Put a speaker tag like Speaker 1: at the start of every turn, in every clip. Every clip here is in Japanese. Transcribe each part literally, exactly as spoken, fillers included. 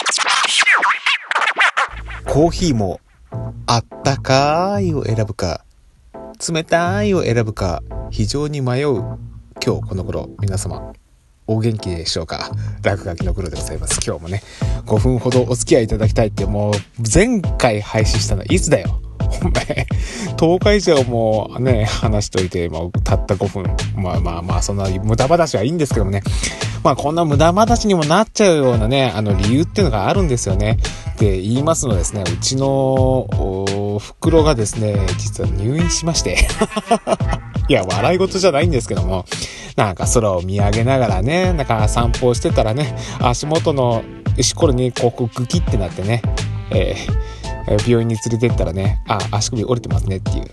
Speaker 1: コーヒーもあったかいを選ぶか冷たいを選ぶか非常に迷う今日この頃、皆様お元気でしょうか。落書きの黒でございます。今日もねごふんほどお付き合いいただきたいって、もう前回配信したのいつだよお前とおか以上もうね話しといて、もうたったごふん、まあまあまあそんな無駄話はいいんですけどもね、まあこんな無駄話にもなっちゃうようなねあの理由っていうのがあるんですよね。で言いますのですね、うちのお袋がですね実は入院しましていや笑い事じゃないんですけども、なんか空を見上げながらねなんか散歩をしてたらね、足元の石ころにこうグキってなってね、えー、病院に連れてったらね、あ足首折れてますねっていう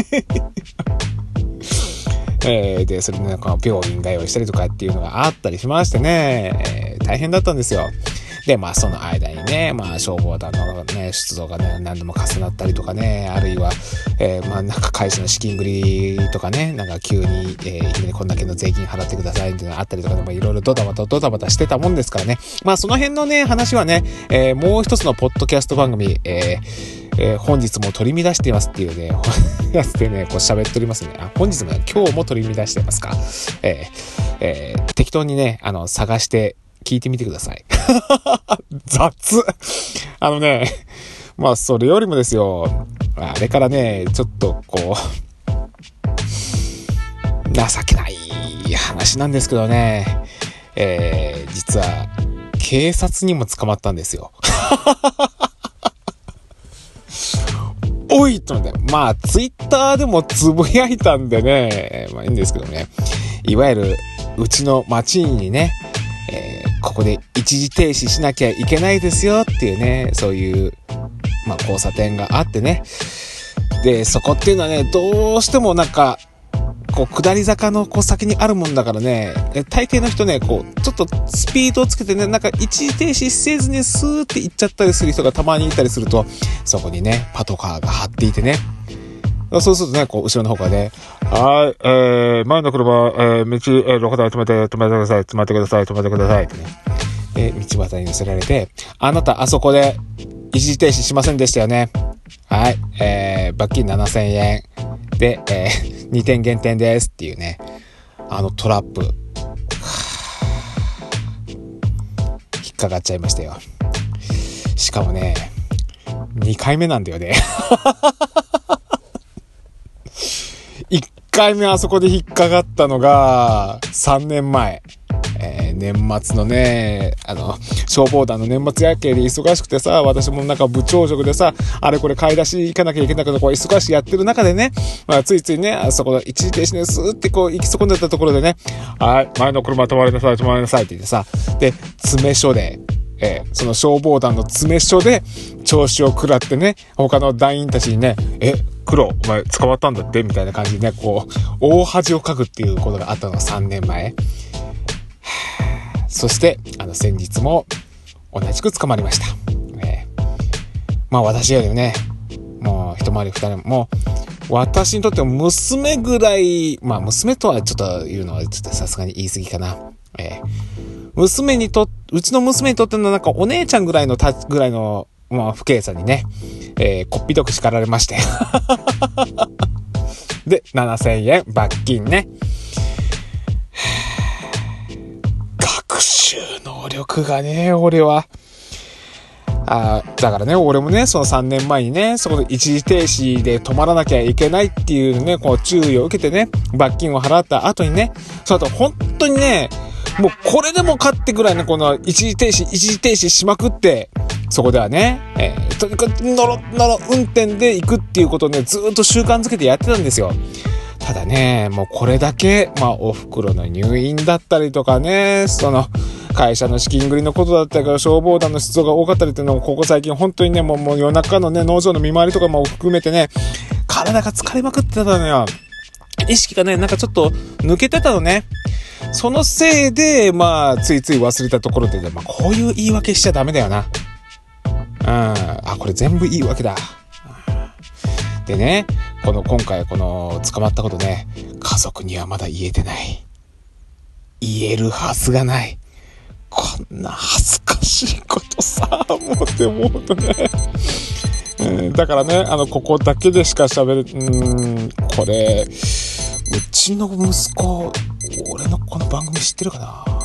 Speaker 1: えー、でそれでなんか病院通いしたりとかっていうのがあったりしましてね、えー、大変だったんですよ。でまあその間にね、まあ消防団のね出動がね何度も重なったりとかね、あるいは、えー、まあなんか会社の資金繰りとかね、なんか急に、えー、いきなりこんだけの税金払ってくださいっていうのがあったりとか、まあいろいろドタバタドタバタしてたもんですからね。まあその辺のね話はね、えー、もう一つのポッドキャスト番組、えーえー、本日も取り乱していますっていうねやつでねこう喋っておりますね。あ本日も、ね、今日も取り乱してますか、えーえー、適当にねあの探して聞いてみてください雑あのねまあそれよりもですよ、あれからねちょっとこう情けない話なんですけどね、えー、実は警察にも捕まったんですよおいと思って、まあツイッターでもつぶやいたんでね、まあいいんですけどね、いわゆるうちの町にね、えー、ここで一時停止しなきゃいけないですよっていうね、そういうまあ交差点があってね、でそこっていうのはねどうしてもなんかこう下り坂のこう先にあるもんだからね、大抵の人ねこうちょっとスピードをつけてね、なんか一時停止せずにスーって行っちゃったりする人がたまにいたりすると、そこにねパトカーが張っていてね、そうするとねこう後ろの方からね、はい、えー、前の車、えー、道、えー、路肩に止めて止めてください止めてください止めてくださいってね、で道端に乗せられて、あなたあそこで一時停止しませんでしたよね、はい、えー、罰金ななせんえんで、えー、にてん減点ですっていうね、あのトラップ引っかかっちゃいましたよ。しかもねにかいめなんだよねいっかいめあそこで引っかかったのがさんねんまえ、えー、年末のねあの消防団の年末夜景で忙しくてさ、私もなんか部長職でさあれこれ買い出し行かなきゃいけないけどこう忙しいやってる中でね、まあ、ついついねあそこの一時停止でスーってこう行き損ねたところでね、はい前の車止まりなさい止まりなさいって言ってさ、で詰め所でえー、その消防団の詰め所で調子を食らってね、他の団員たちにね、え黒お前捕まったんだってみたいな感じでねこう大恥をかくっていうことがあったのがさんねんまえ。そしてあの先日も同じく捕まりました、えー、まあ私よりもねもう一回り二人もう私にとっても娘ぐらい、まあ娘とはちょっと言うのはちょっとさすがに言い過ぎかな、えー、娘にとうちの娘にとってのなんかお姉ちゃんぐらいのたぐらいのまあ不敬さにね、えー、こっぴどく叱られましてでななせんえん罰金ね。学習能力がね俺はあだからね俺もねそのさんねんまえにねそこで一時停止で止まらなきゃいけないっていうねこう注意を受けてね罰金を払った後にね、その後本当にねもうこれでもかってぐらいのこの一時停止一時停止しまくって、そこではね、えー、とにかくのろのろ運転で行くっていうことをねずーっと習慣づけてやってたんですよ。ただねもうこれだけまあお袋の入院だったりとかね、その会社の資金繰りのことだったりから消防団の出動が多かったりっていうのもここ最近本当にねもう、もう夜中のね農場の見回りとかも含めてね体が疲れまくってたのよ。意識がねなんかちょっと抜けてたのね。そのせいでまあついつい忘れたところで、まあ、こういう言い訳しちゃダメだよな。うんあこれ全部言い訳だ。でねこの今回この捕まったことね家族にはまだ言えてない。言えるはずがない。こんな恥ずかしいことさ思って思うとね。うん、だからね、あの、ここだけでしか喋る、うーん、これ、うちの息子、俺のこの番組知ってるかな？